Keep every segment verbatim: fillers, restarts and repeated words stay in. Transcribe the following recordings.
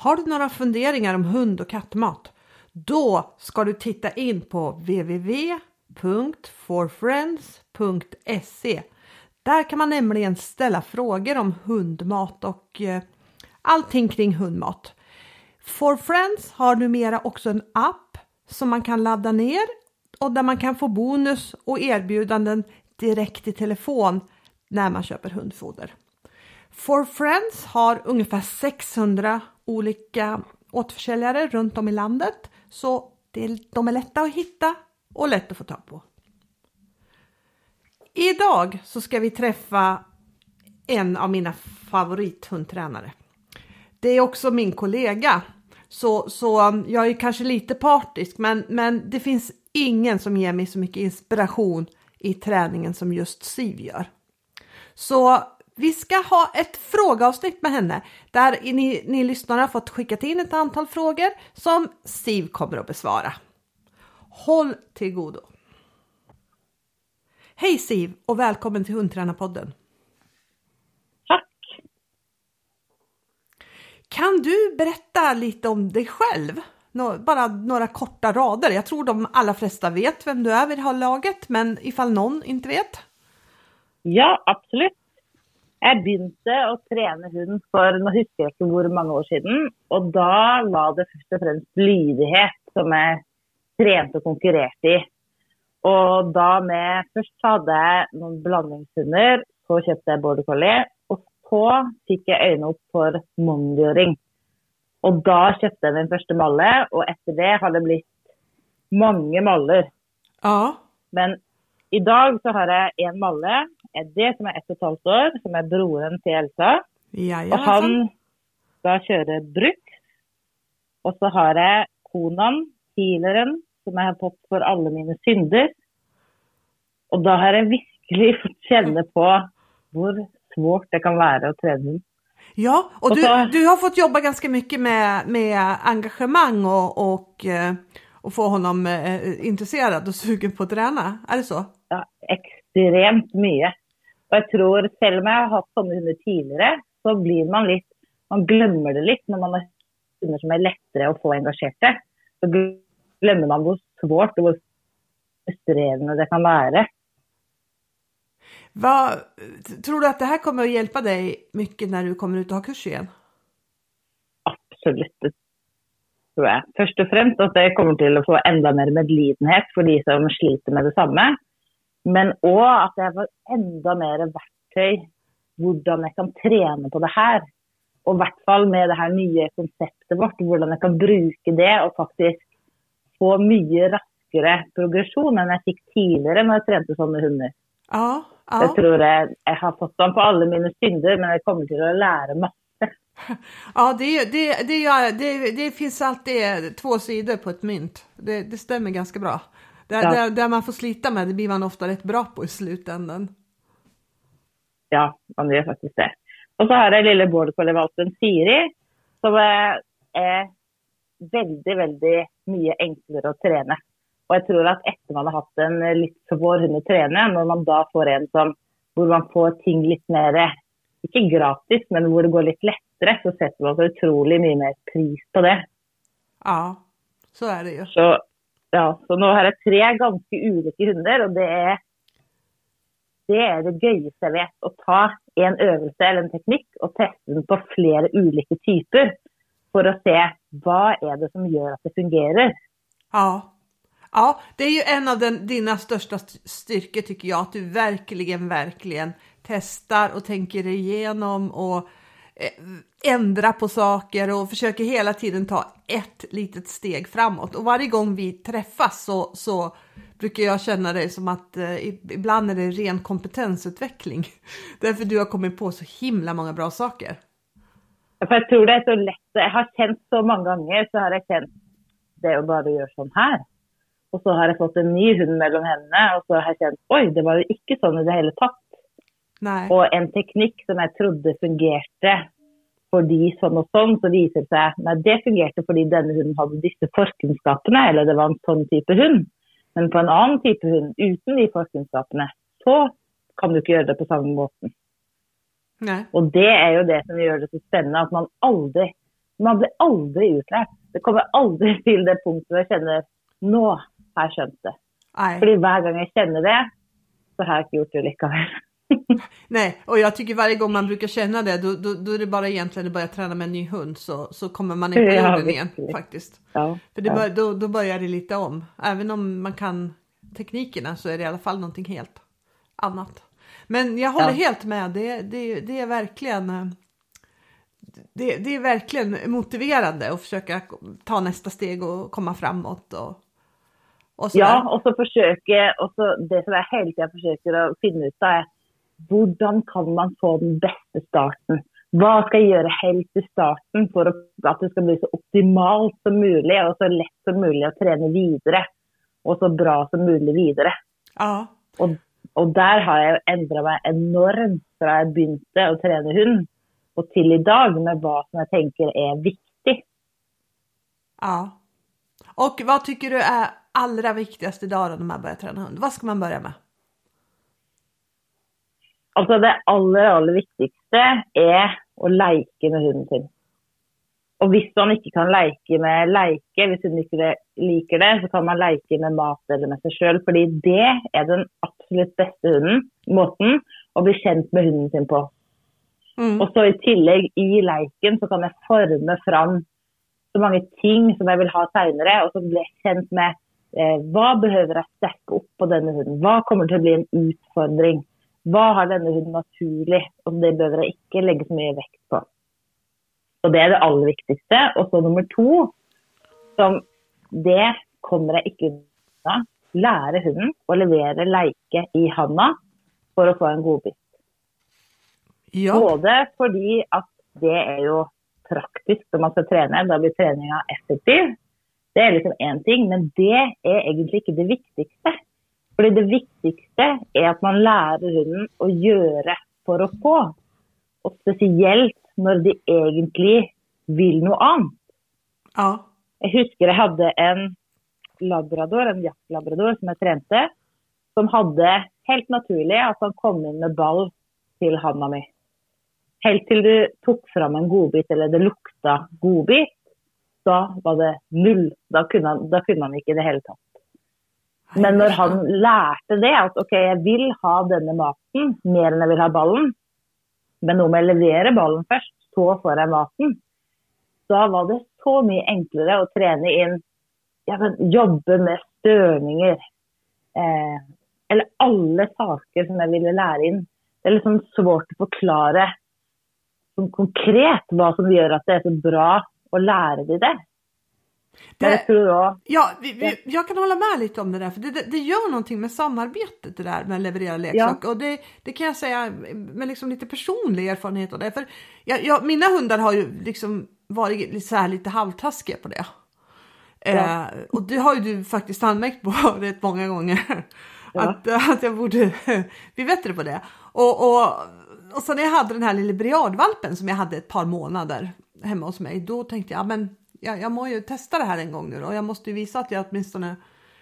Har du några funderingar om hund- och kattmat? Då ska du titta in på w w w punkt for friends punkt se. Där kan man nämligen ställa frågor om hundmat och eh, allting kring hundmat. For Friends har numera också en app som man kan ladda ner och där man kan få bonus och erbjudanden direkt i telefon när man köper hundfoder. For Friends har ungefär sexhundra olika återförsäljare runt om i landet, så det är, de är lätta att hitta och lätt att få tag på. Idag så ska vi träffa en av mina favorithundtränare. Det är också min kollega, så, så jag är kanske lite partisk, men, men det finns ingen som ger mig så mycket inspiration i träningen som just Siv gör. Så vi ska ha ett frågeavsnitt med henne där ni, ni lyssnare har fått skicka in ett antal frågor som Siv kommer att besvara. Håll till godo. Hej Siv och välkommen till Hundtränarpodden. Tack. Kan du berätta lite om dig själv? Nå, bara några korta rader. Jag tror de allra flesta vet vem du är vid det här laget, men ifall någon inte vet. Ja, absolut. Jeg begynte å trene hund for, nå husker jeg ikke hvor mange år siden, og da var det først og fremst lydighet som jeg trente og konkurrerte i. Og da med, først hadde jeg noen blandingshunder, så kjøpte jeg border collie, og så fikk jeg øynene opp for mondegjøring. Og da kjøpte jeg min første malle, og etter det har det blitt mange maller. Ja. Men i dag så har jeg en malle, Eddie, som er ett og et halvt år, som er broren til Elsa. Ja, ja, og han skal kjøre bruk. Og så har jeg Konan, healeren, som jeg har fått for alle mine synder. Og da har jeg virkelig fått kjenne på hvor svårt det kan være å trene hund. Ja, och, och du, så, du har fått jobba ganska mycket med, med engagemang och, och, och få honom eh, intresserad och sugen på att träna. Är det så? Ja, extremt mye. Og jeg tror, selv om jeg har hatt sånne hunder tidligere, så blir man litt, man glemmer det litt når man har hunder som er lettere å få engasjerte. Så glemmer man hvor svårt og hvor frustrerende det kan være. Vad, tror du att det här kommer att hjälpa dig mycket när du kommer ut och har kurs igen? Absolutt, det tror jeg. Først og fremst at det kommer til å få enda mer medlidenhet for de som sliter med det samme. Men også at jeg får enda mer verktøy hvordan jeg kan trene på det her. Og i hvert fall med det her nye konseptet vårt, hvordan jeg kan bruke det og faktisk få mye raskere progresjon enn jeg fikk tidligere når jeg trente sånne hunder. Ja, ja. Jeg tror jeg, jeg har fått dem på alle mine synder, men jeg kommer til å lære masse. Ja, det, det, det, det, det finns alltid två sidor på ett mynt. Det, det stämmer ganska bra. Det, Ja. det, det man får slita med, det blir man ofta rätt bra på i slutändan. Ja, man gjør faktisk det. Og så har jeg lille border collie-valpen Siri, som er, er veldig, veldig mye enklere å trene. Og jeg tror at etter man har hatt en litt svår hund å trene, når man da får en som, hvor man får ting litt mer, ikke gratis, men hvor det går litt lettere, så setter man så utrolig mye mer pris på det. Ja, så är det ju. Så, ja, så nå har jeg tre ganske ulike hunder, og det er det er det gøyeste jeg vet, å ta en øvelse eller en teknikk og teste den på flere ulike typer for å se hva er det som gjør at det fungerer. Ja. Ja, det är ju en av den, dina största styrkor tycker jag, att du verkligen, verkligen testar och tänker igenom och eh, ändrar på saker och försöker hela tiden ta ett litet steg framåt. Och varje gång vi träffas så, så brukar jag känna det som att eh, ibland är det ren kompetensutveckling. Därför du har kommit på så himla många bra saker. Ja, för jag tror det är så lätt. Jag har känt så många gånger så har jag känt det är bara att göra sån här. Och så har jag fått en ny hund mellan henne och så har jag känt, oj, det var ju inte sån i det hela tatt. Nej. Och en teknik som jag trodde fungerade för de sån och sån, så visar det sig, nej, det fungerade för att denna hunden hade dessa förkunskaperna, eller det var en sån typ av hund. Men på en annan typ av hund, utan de förkunskaperna, så kan du inte göra det på samma måte. Nej. Och det är ju det som gör det så spännande, att man aldrig man blir aldrig utlært. Det kommer aldrig till det punktet där jag känner, nå har jag skjønt det. Nej. För varje gång jag känner det, så har jag inte gjort det likaväl. Nej, och jag tycker varje gång man brukar känna det, då, då, då är det bara egentligen att börja träna med en ny hund, så, så kommer man in på Ja, jorden igen visst. faktiskt. Ja, För det ja. bör, då, då börjar det lite om. Även om man kan teknikerna så är det i alla fall någonting helt annat. Men jag håller Ja. helt med, det, det, det är verkligen... eh, Det, det är verkligen motiverande att försöka ta nästa steg och komma framåt och, och sådär. Ja, och så försöker, och så det som jag hela tiden försöker att finna ut är hur kan man få den bästa starten? Vad ska jag göra helt i starten för att det ska bli så optimalt som möjligt och så lätt som möjligt att träna vidare och så bra som möjligt vidare. Ja. Och, och där har jag ändrat mig enormt från jag började att träna hund och till idag med vad som jag tänker är viktigt. Ja. Och vad tycker du är allra viktigast idag när man börjar träna hund? Vad ska man börja med? Alltså det allra, allra viktigaste är att leka med hunden sin. Och om man inte kan leka med leke, om hon inte liker det, så kan man leka med mat eller med sig själv. För det är den absolut bästa hunden, måten att bli känd med hunden sin på. Mm. Och så i tillägg i leken så kan jag forma fram så många ting som jag vill ha senare. Och så blir jag känd med eh, vad behöver jag stärka upp på denna hunden? Vad kommer till att bli en utfordring? Vad har denna hund naturligt? Och det behöver jag inte lägga så mycket vikt på. Så det är det allra viktigaste. Och så nummer två, som det kommer jag inte undan. Lära hunden att leverera leke i handen för att få en god bit. Ja. Både fordi at det är ju praktiskt om man ska träna, då blir träningen effektiv. Det är liksom en ting, men det är egentligen inte det viktigaste. För det viktigaste är att man lär hunden att göra för att få. Och speciellt när de egentligen vill något annat. Ja. Jag husker jag hade en labrador, en jaktlabrador som jag tränade, som hade helt naturligt att han kom in med boll till handen min. Helt till du tog fram en godbit eller det luktade godbit, så var det null. Då kunde han, då kunde han inte det hela tatt. Men när han lärde det, att okej, okay, jag vill ha denna maten mer än jag vill ha ballen, men om jag levererar ballen först, så får jag maten. Så var det så mycket enklare att träna in, ja, men, jobba med störningar. Eh, eller alla saker som jag ville lära in. Det är liksom svårt att förklara som konkret vad som gör att det är så bra att lära dig det. Det, jag tror då, ja, vi, vi, jag kan hålla med lite om det där. För det, det, det gör någonting med samarbetet det där med att leverera leksak. Ja. Och det, det kan jag säga med liksom lite personlig erfarenhet av det. För jag, jag, mina hundar har ju liksom varit lite, så här, lite halvtaskiga på det. Ja. Eh, och det har ju du faktiskt anmärkt på rätt många gånger. Ja. Att, att jag borde bli bättre på det. Och, och, och så när jag hade den här lilla briardvalpen som jag hade ett par månader hemma hos mig. Då tänkte jag, men jag, jag må ju testa det här en gång nu. Och jag måste ju visa att jag åtminstone,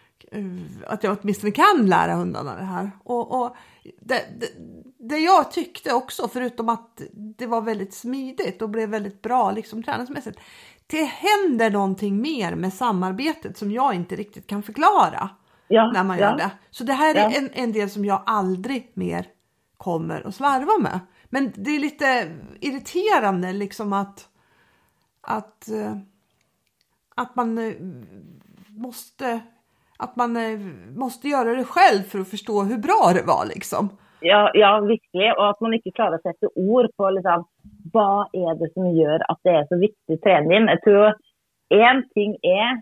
att jag åtminstone kan lära hundarna det här. Och, och det, det, det jag tyckte också, förutom att det var väldigt smidigt och blev väldigt bra liksom träningsmässigt. Det händer någonting mer med samarbetet som jag inte riktigt kan förklara. Ja, när man gör ja. det. Så det här är ja. en, en del som jag aldrig mer kommer att slarva med. Men det är lite irriterande liksom att att, att man måste att man måste göra det själv för att förstå hur bra det var liksom. Ja, ja, viktigt. Och att man inte klarar att sätta ord på liksom, vad är det som gör att det är så viktigt träning. Jag tror en ting är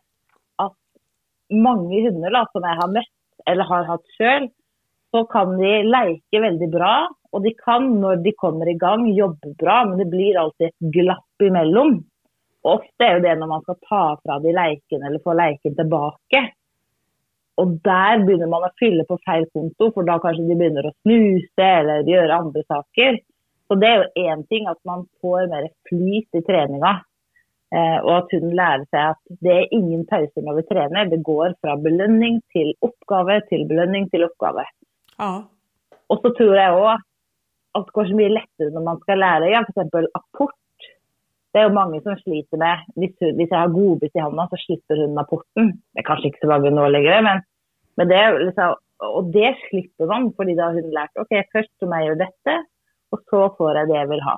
många hundar som jag har mött eller har haft själv, så kan de leka väldigt bra och de kan när de kommer igång jobba bra, men det blir alltid ett glapp emellan. Och ofta är det när man ska ta från de leken eller få leken tillbaka. Och där börjar man att fylla på fel konto, för då kanske de börjar att snusa eller göra andra saker. Så det är ju en ting att man får mer flyt i träningen. Eh, och att hun lærer sig att det är ingen pauser när vi tränar. Det går från belöning till uppgave, till belöning till uppgave. Ja. Och så tror jag också att det går så mycket lättare när man ska lära, ja, för exempel apport. det är ju många som sliter med, hvis, hvis jag har godbit i handen så slipper hun av porten. Det är kanske inte så mange nå längre, men, men det är liksom, och det slipper man, för då har hun lärt, ok, först så må jag göra detta, och så får jag det jag vill ha.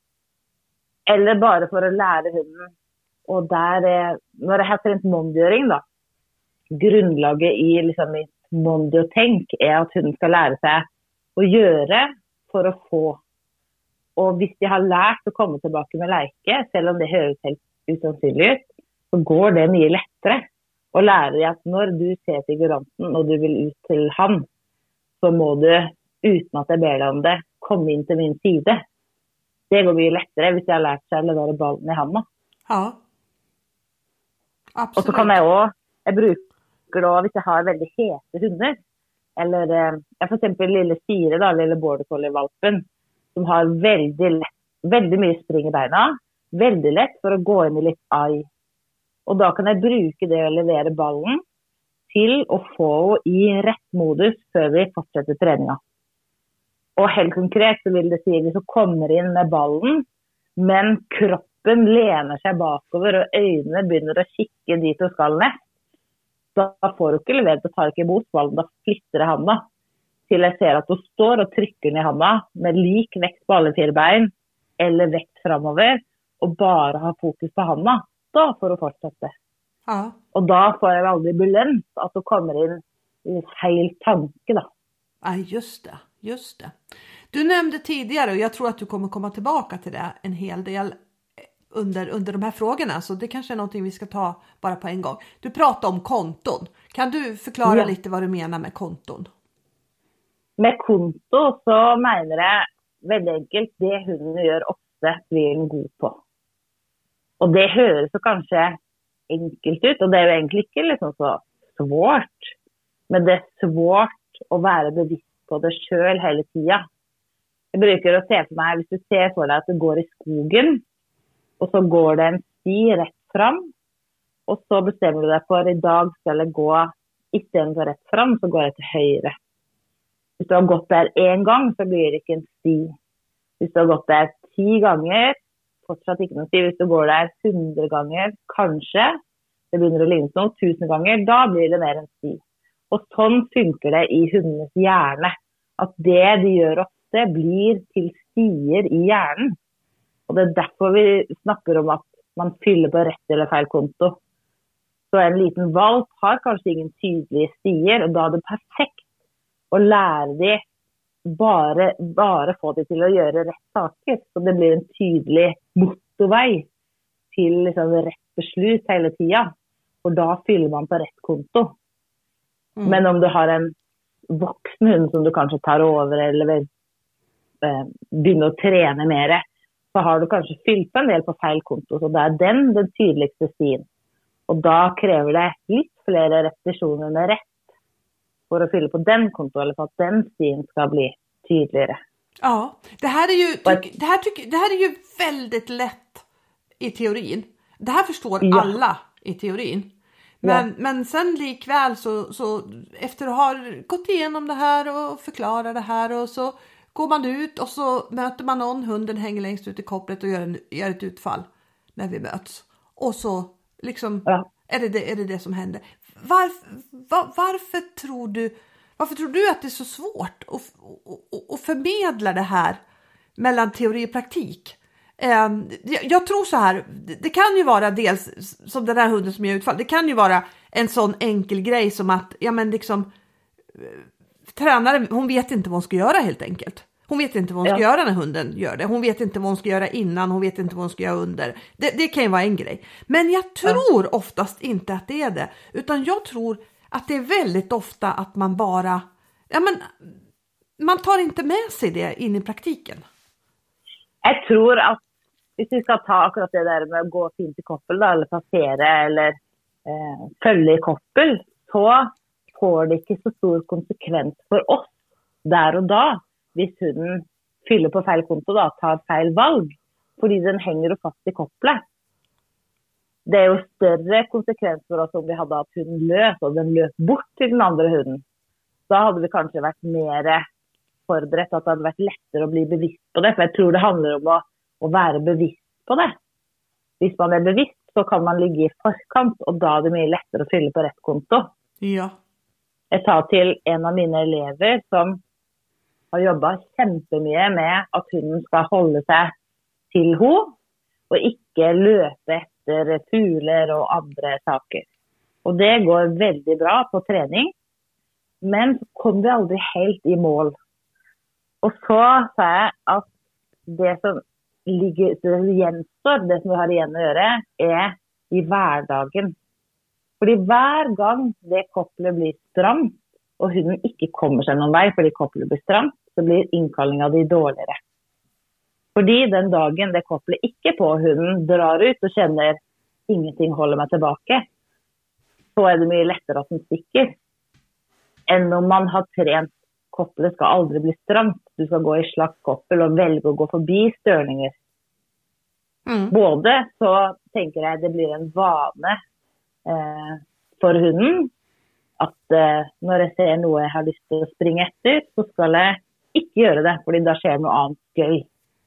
Eller bara för att lära hunden. Och där, när det heter en månedgjøring då, grundlaget i liksom mitt månedjør-tänk är att hunden ska lära sig att göra för att få. Och om de har lärt att komma tillbaka med leke, även om det hörs helt usannsynligt ut, så går det mycket lättare. Och lära dig att när du ser figuranten och du vill ut till han, så må du, utan att jag ber dig om det, komma in till min sida. Det går mycket lättare om jag har lärt sig att levera ballen i handen. Ja. Absolut. Och så kan jag också, jag brukar då, om jag har väldigt heta hundar, eller jag för exempel lilla Sire då, lilla border collie-valpen, som har väldigt lätt, väldigt mycket spring i benen, väldigt lätt för att gå in i lite aj. Och då kan jag bruka det att levera ballen till att få i rätt modus för vi fortsätter träningen. Och helt konkret så vill det säga att vi så kommer in med ballen, men kroppen lener sig bakover och ögonen börjar att kika dit och ska näst. Då får du inte levererat och tar inte emot ballen, då flyttar det handen. Till jag ser att du står och trycker ner handen med lik växt på alla fyra ben eller växt framåt och bara har fokus på handen. Då får du fortsätta. Ja. Och då får jag aldrig belönt att du kommer in i fel tanke då. Ja, just det. Just det. Du nämnde tidigare, och jag tror att du kommer komma tillbaka till det en hel del under, under de här frågorna. Så det kanske är någonting vi ska ta bara på en gång. Du pratade om konton. Kan du förklara ja. lite vad du menar med konton? Med konto så menar jag väldigt enkelt det hunden gör ofta blir en god på. Och det hörs så kanske enkelt ut, och det är ju egentligen inte liksom så svårt. Men det är svårt att vara bevisst på det själv hela tiden. Jag brukar att se för mig, om du ser för dig att du går i skogen, och så går det en sti rätt fram, och så bestämmer du dig för att idag ska jag gå, istället för rätt fram så går jag till höger. Om du har gått där en gång så blir det inte en sti. Om du har gått där tio gånger, fortsatt inte någon sti. Om du går där hundra gånger, kanske, det börjar att ligna något, tusen gånger, då blir det mer en sti. Och sån funkar det i hundens hjärna. Att det de gör ofta blir till stier i hjärnan. Och det är därför vi snackar om att man fyller på rätt eller fel konto. Så en liten valp har kanske ingen tydliga stier, och då är det perfekt att lära dig bara, bara få det till att göra rätt saker. Så det blir en tydlig motorväg till liksom rätt beslut hela tiden. Och då fyller man på rätt konto. Mm. Men om du har en vuxen hund som du kanske tar över eller vill eh, börja träna mer, så har du kanske fyllt en del på fel konto. Så det är den den tydligaste stien. Och då kräver det lite fler repetitioner med rätt för att fylla på den konto, eller för att den stien ska bli tydligare. Ja, det här är ju, tyck, det här tyck, det här är ju väldigt lätt i teorin. Det här förstår ja. alla i teorin. Men, ja. men sen likväl så, så efter att ha gått igenom det här och förklarat det här, och så går man ut och så möter man någon, hunden hänger längst ut i kopplet och gör, en, gör ett utfall när vi möts. Och så liksom ja. är, det det, är det det som händer. Varför, var, varför tror du varför tror du att det är så svårt att, att, att förmedla det här mellan teori och praktik? Jag tror så här, det kan ju vara dels som den här hunden som gör utfall, det kan ju vara en sån enkel grej som att ja men liksom tränaren, hon vet inte vad hon ska göra helt enkelt. Hon vet inte vad hon ska ja. göra när hunden gör det. Hon vet inte vad hon ska göra innan, hon vet inte vad hon ska göra under. Det, det kan ju vara en grej. Men jag tror ja. oftast inte att det är det, utan jag tror att det är väldigt ofta att man bara ja men man tar inte med sig det in i praktiken. Jag tror att hvis vi ska ta akkurat det där med att gå fint i koppel då, eller passera eller eh, följa i koppel, så får det inte så stor konsekvens för oss där och då. Hvis hunden fyller på fel konto då, tar fel valg, fordi den hänger ju fast i kopplet. Det är ju större konsekvens för oss om vi hade att hunden lös och den löp bort till den andra hunden. Då hade vi kanske varit mer förberett, att det hade varit lättare att bli bevisst på det. För jag tror det handlar om att, att vara bevisst på det. hvis man er bevisst, så kan man ligge i forkant, og da er det mye lettere å fylle på rett konto. Ja. Jeg tar til en av mine elever som har jobbet kjempemye med at hunden skal holde seg til henne, og ikke løpe etter fugler og andre saker. Og det går veldig bra på trening, men så kom vi aldri helt i mål. Og så sa jeg at det som ligger, det som gjenstår, det som vi har igjen å gjøre, er i hverdagen. Fordi hver gang det koppelet blir stramt, og hunden ikke kommer seg noen vei fordi koppelet blir stramt, så blir innkalling av de dårligere. Fordi den dagen det koppelet ikke på hunden drar ut og kjenner ingenting holder meg tilbake, så er det mye lettere at den stikker. Enn om man har trent koppelet skal aldri bli stramt. Du skal gå i slakt koppel og velge å gå forbi størninger. Mm. Både så tenker jeg det blir en vane eh, for hunden, at eh, når jeg ser noe jeg har lyst til å springe etter, så skal jeg ikke gjøre det, fordi da skjer noe annet gøy.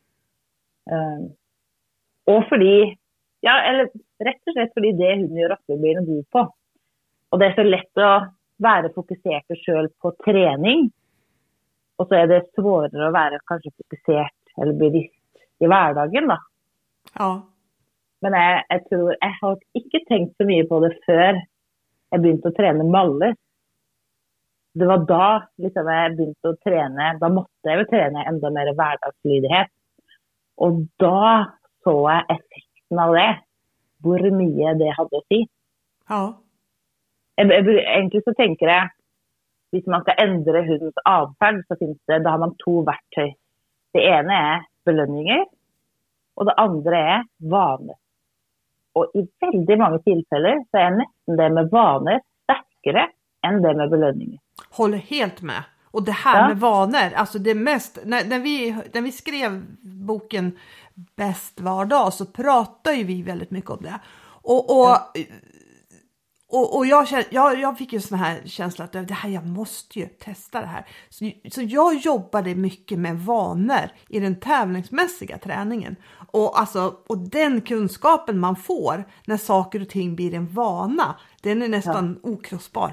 Uh, og fordi, ja, eller rett og slett fordi det hunden gjør ofte blir en god på. Og det er så lett å være fokusert selv på trening, og så er det svårere å være kanskje fokusert eller bevisst i hverdagen da. Ja. Men jeg, jeg tror, jeg har ikke tenkt så mye på det før jeg begynte å trene maller. Det var da liksom, jeg begynte å trene, da måtte jeg jo trene enda mer hverdagslydighet. Og da så jeg effekten av det, hvor mye det hadde å si. Ja. Jeg, jeg, egentlig så tenker jeg, hvis man skal endre hundens adferd, så finnes det, da har man to verktøy. Det ene er belønninger, og det andre er vaner. Og i veldig mange tilfeller så er nesten det med vaner sterkere enn det med belöningar. Håller helt med. Och det här ja. med vanor, alltså det mest, när, när, vi, när vi skrev boken Bäst var dag så pratade ju vi väldigt mycket om det. Och, och, ja. och, och jag, jag, jag fick ju sån här känsla att det här, jag måste ju testa det här. Så, så jag jobbade mycket med vanor i den tävlingsmässiga träningen. Och, alltså, och den kunskapen man får när saker och ting blir en vana, den är nästan ja. okrossbar.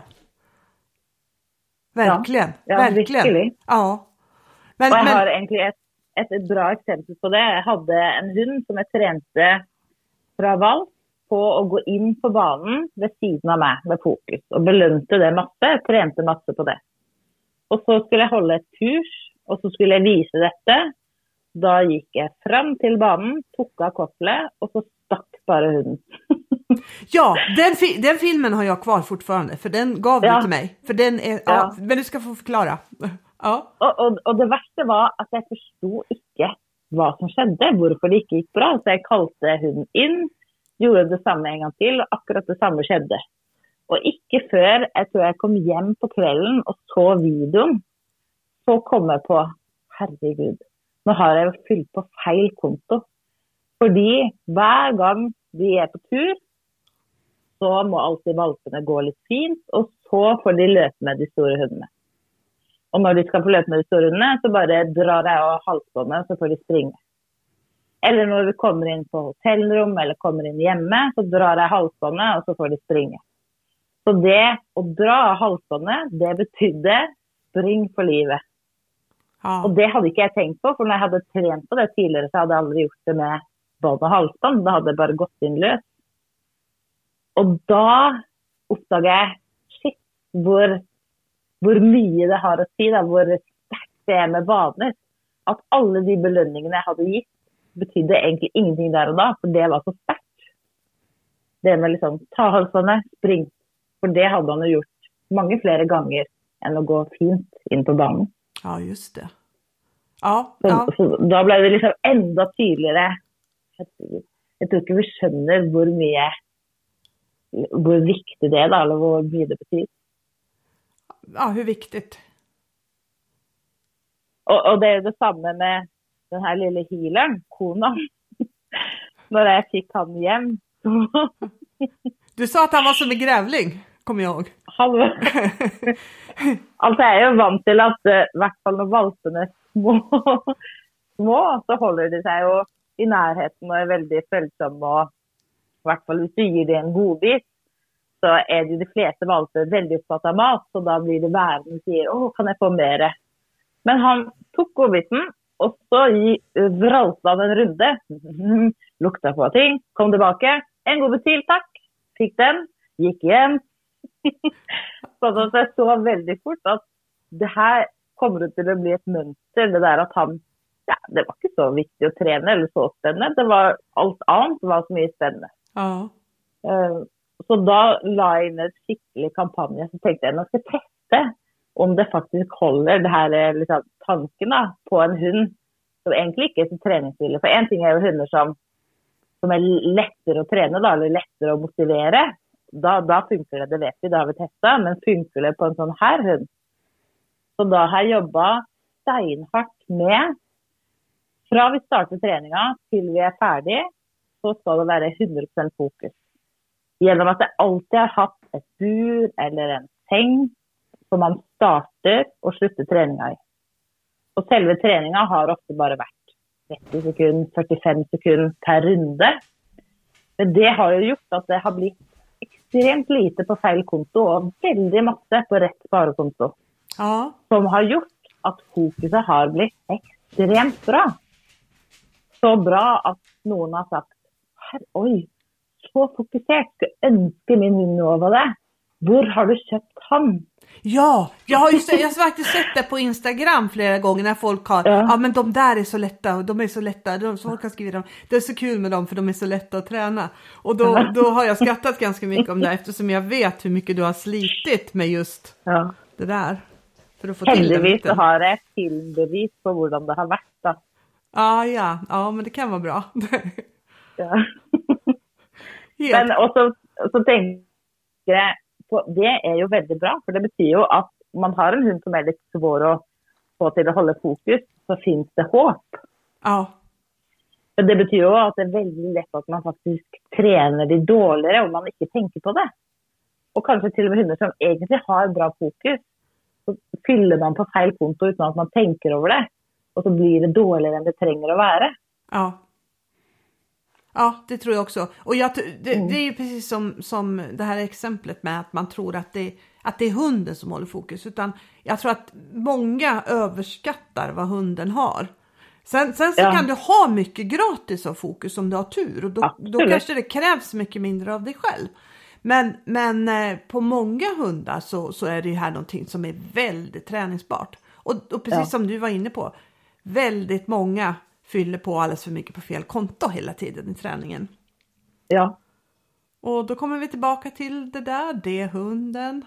Verkligen, ja, ja, verkligen. Ja. Men, och jag men... har egentligen ett, ett bra exempel på det. Jag hade en hund som jag tränade från valp på att gå in på banan vid sidan av mig med fokus. Och belönte det masse, jag tränade masse på det. Och så skulle jag hålla ett kurs och så skulle jag visa detta. Då gick jag fram till banan, tog av kopplet och så stack bara hunden. Ja, den, fi- den filmen har jag kvar fortfarande, för den gav du ja. till mig. För den är, ja. Ja, men du ska få förklara. Ja. Och, och, och det värsta var att jag förstod inte vad som skedde, varför det inte gick bra. Så jag kallade hunden in, gjorde det samma en gång till och akkurat det samma skedde. Och inte för jag tror jag kom hem på kvällen och så videon, så kom jag på, herregud, nu har jag fyllt på fel konto. Fordi hver gang vi er på tur, så må alltid valpene gå litt fint, og så får de løpe med de store hundene. Og når de skal få løpe med de store hundene, så bare drar jeg av halsbåndet, så får de springe. Eller når vi kommer inn på hotellrom, eller kommer inn hjemme, så drar jeg halsbåndet, og så får de springe. Så det å dra av halsbåndet, det betydde spring for livet. Ja. Og det hadde ikke jeg tenkt på, for når jeg hadde trent på det tidligere, så hadde jeg aldri gjort det med bånd og halsbånd. Da hadde jeg bare gått inn løs. Og da oppdaget jeg, shit, hvor, hvor mye det har å si, da, hvor sterkt det er med vaner. At alle de belønningene jeg hadde gitt, betydde egentlig ingenting der og da, for det var så sterkt. Det med liksom, ta halsbåndet, spring. For det hadde han jo gjort mange flere ganger enn å gå fint inn på banen. Ja, just det. Ja, så, ja. Så da ble det liksom enda tydeligere. Jeg, jeg tror ikke vi skjønner hvor mye, hvor viktig det er da, eller hvor mye det betyr. Ja, hur viktigt. Og, og det er det samme med den her lille healeren, kona. Når jeg fikk han hjem. Du sa at han var som en grävling, kommer jag ihåg. Han var... altså jeg er jo vant til at, i hvert fall når valpene er små, små, så holder de seg jo i nærheten og er veldig følsomme og hvert fall hvis du gir det en godbit, så er det jo de fleste valper veldig opptatt av mat, så da blir det værende og sier, åh, kan jeg få mer? Men han tok godbiten, og så vralte han en runde, lukta på ting, kom tilbake, en godbit til, takk, fikk den, gikk igjen. Så jeg så veldig fort at det her kommer til å bli et mønster, det der at han, ja, det var ikke så viktig å trene eller så spennende, det var alt annet var så mye spennende. Ja. Uh, så da la jeg inn et skikkelig kampanje, så tenkte jeg, nå skal jeg teste om det faktisk holder det her liksom, tanken da, på en hund som egentlig ikke er så treningsvillig. For en ting er jo hunder som, som er lettere å trene da, eller lettere å motivere. Da, da funker det, det vet vi, det har vi testet, men funker det på en sånn her hund? Så da har jeg jobbet steinhardt med, fra vi starter treninga til vi er ferdig, så skal det være hundre prosent fokus. Gjennom at jeg alltid har hatt et bur eller en seng som man starter og slutter treninga i. Og selve treninga har ofte bare vært tretti sekunder, førtifem sekunder per runde. Men det har jo gjort at det har blitt ekstremt lite på feil konto og veldig masse på rett sparekonto. Ja. Som har gjort at fokuset har blitt ekstremt bra. Så bra at noen har sagt, her, oi, så fokusert, skal ønske min hund over det. Hvor har du köpt han? Ja, jag har, just, jag har faktiskt sett det på Instagram flera gånger när folk har, ja, ah, men de där är så lätta, de är så lätta, de, så folk kan skriva dem, det är så kul med dem för de är så lätta att träna. Och då, då har jag skrattat ganska mycket om det eftersom jag vet hur mycket du har slitit med just ja. det där. För att få till det. Heldigvis så har jag ett filmbevis på hur det har varit då. Ah, ja, ja, men det kan vara bra. Ja. Men och så, så tänker jag, det är ju väldigt bra, för det betyder ju att man har en hund som är lite svår att få till att hålla fokus, så finns det hopp. Ja. Men det betyder ju att det är väldigt lätt att man faktiskt tränar det dåligare om man inte tänker på det. Och kanske till och med hundar som egentligen har bra fokus, så fyller man på fel konto utan att man tänker över det. Och så blir det dåligare än det tränger att vara. Ja. Ja, det tror jag också. Och jag, det, det är ju precis som, som det här exemplet med att man tror att det, att det är hunden som håller fokus. Utan jag tror att många överskattar vad hunden har. Sen, sen så ja. kan du ha mycket gratis av fokus om du har tur. Och då, då kanske det krävs mycket mindre av dig själv. Men, men eh, på många hundar så, så är det ju här någonting som är väldigt träningsbart. Och, och precis ja. som du var inne på, väldigt många fyller på alldeles för mycket på fel konto hela tiden i träningen. Ja. Och då kommer vi tillbaka till det där, det hunden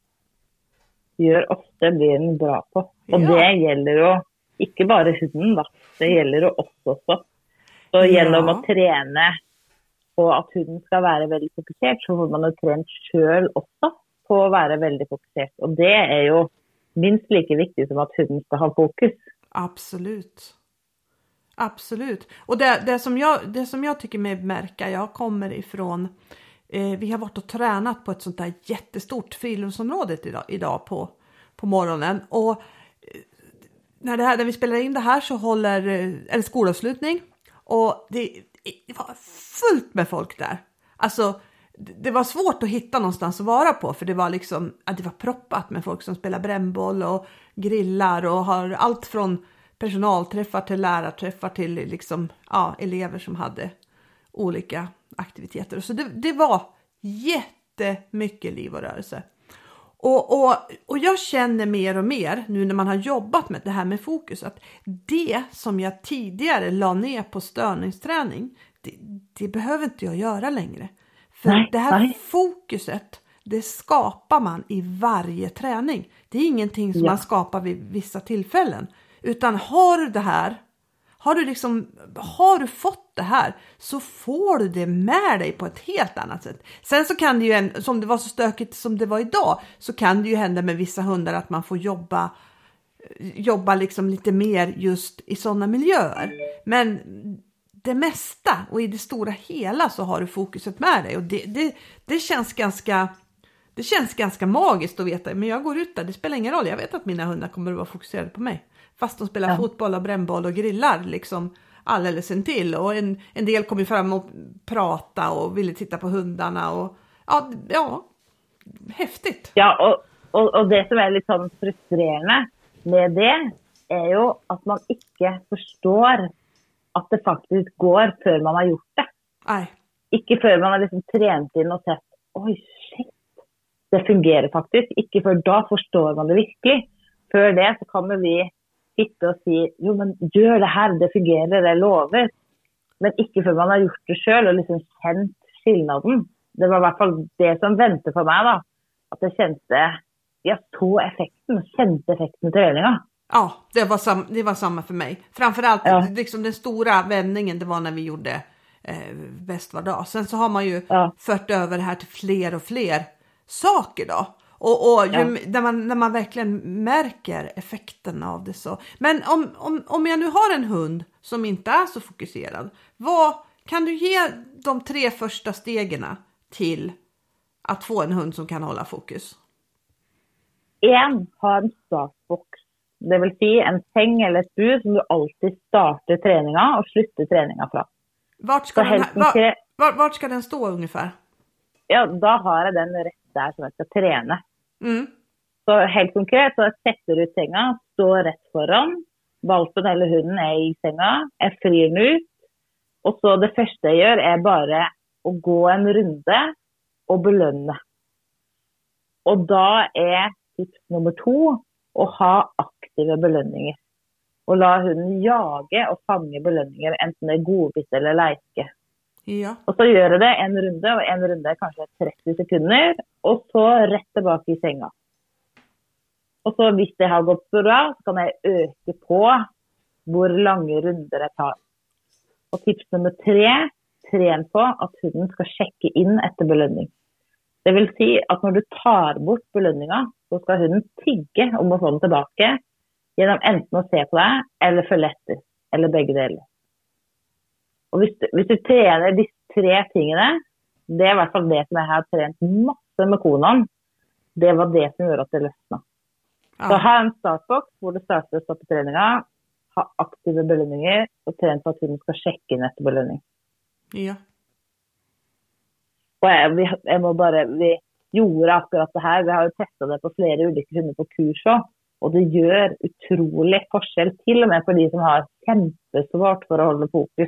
gör ofta blir bra på. Och ja. det gäller ju inte bara hunden då. Det gäller ju oss också. Så ja. genom att träna på att hunden ska vara väldigt fokuserad, så får man ju träna själv också på att vara väldigt fokuserad. Och det är ju minst lika viktigt som att hunden ska ha fokus. Absolut. Absolut. Och det, det, som jag, det som jag tycker mig märka, jag kommer ifrån, eh, vi har varit och tränat på ett sånt där jättestort friluftsområde idag, idag på, på morgonen. Och eh, när, det här, när vi spelar in det här så håller en skolavslutning. Och det, det var fullt med folk där. Alltså det var svårt att hitta någonstans att vara på, för det var liksom, att det var proppat med folk som spelar brännboll och grillar och har allt från personalträffar till lärarträffar till liksom, ja, elever som hade olika aktiviteter. Så det, det var jättemycket liv och rörelse. Och, och, och jag känner mer och mer nu när man har jobbat med det här med fokus, att det som jag tidigare la ner på störningsträning, det, det behöver inte jag göra längre. För nej, det här nej. fokuset, det skapar man i varje träning. Det är ingenting som ja. man skapar vid vissa tillfällen. Utan har du det här, har du liksom, har du fått det här, så får du det med dig på ett helt annat sätt. Sen så kan det ju, en, som det var så stökigt som det var idag, så kan det ju hända med vissa hundar att man får jobba, jobba liksom lite mer just i sådana miljöer. Men det mesta och i det stora hela så har du fokuset med dig. Och det, det, det känns ganska... Det känns ganska magiskt att veta, men jag går ut där, det spelar ingen roll. Jag vet att mina hundar kommer att vara fokuserade på mig. Fast de spelar ja. fotboll och brännboll och grillar liksom. alldeles intill. Och en, en del kom ju fram och prata och ville titta på hundarna. Och, ja, ja, häftigt. Ja, och, och, och det som är lite sånn frustrerande med det är ju att man inte förstår att det faktiskt går för man har gjort det. Nej. Ikke før man har liksom trent in och sett, oj shit, det fungerar faktiskt. Ikke før då förstår man det virkelig. För det så kommer vi sitta och säga, jo men gör det här, det fungerar, det lover. Men ikke før man har gjort det själv och liksom känt skillnaden. Det var i alla fall det som väntade på mig då. Att det kände, jag såg effekten och kände effekten i träningen. Ja, det var, sam, det var samma för mig. Framförallt ja. liksom den stora vändningen, det var när vi gjorde eh, bäst var dag. Sen så har man ju ja. fört över det här till fler och fler saker då. Och, och ju, ja. när, man, när man verkligen märker effekten av det så. Men om, om, om jag nu har en hund som inte är så fokuserad. Vad kan du ge de tre första stegen till att få en hund som kan hålla fokus? En, ha en startbox. Det vill säga en säng eller ett bur som du alltid startar träningen och slutar träningen från. Vart ska, den, var, var, vart ska den stå ungefär? Ja, då har jag den rätt där som jag ska träna. Mm. Så helt konkret så sätter du sängen, står rätt föran. Valpen eller hunden är i sängen, är fri nu. Och så det första jag gör är bara att gå en runda och belöna. Och då är tips nummer två att ha aktiva belöningar. Och la hunden jaga och fånga belöningar, enten det är godbit eller leke. Ja. Och så gör det en runda, och en runda är kanske trettio sekunder. Och så rätt tillbaka i sängen. Och så hvis det har gått bra så kan jag öka på hur långa runder jag tar. Och tips nummer tre, träna på att hunden ska checka in efter belöning. Det vill säga att när du tar bort belöningen så ska hunden tigga om att få den tillbaka genom enten att se på dig eller följa efter, eller bägge delar. Och hvis du, hvis du tränar de tre tingene, det är i alla fall det som jag har tränat massor med konen. Det var det som gjorde att det lösnade. Ja. Så ha en startbox där du startar och stoppar träningen, ha aktiva belöningar och träna på att hunden ska checka in efter belöning. Ja. Och jag, vi, jag må bara, vi gjorde akkurat det här. Vi har ju testat det på flera olika hundar på kurs också. Och det gör otroligt forskjell till och med för de som har kämpesvårt för att hålla fokus.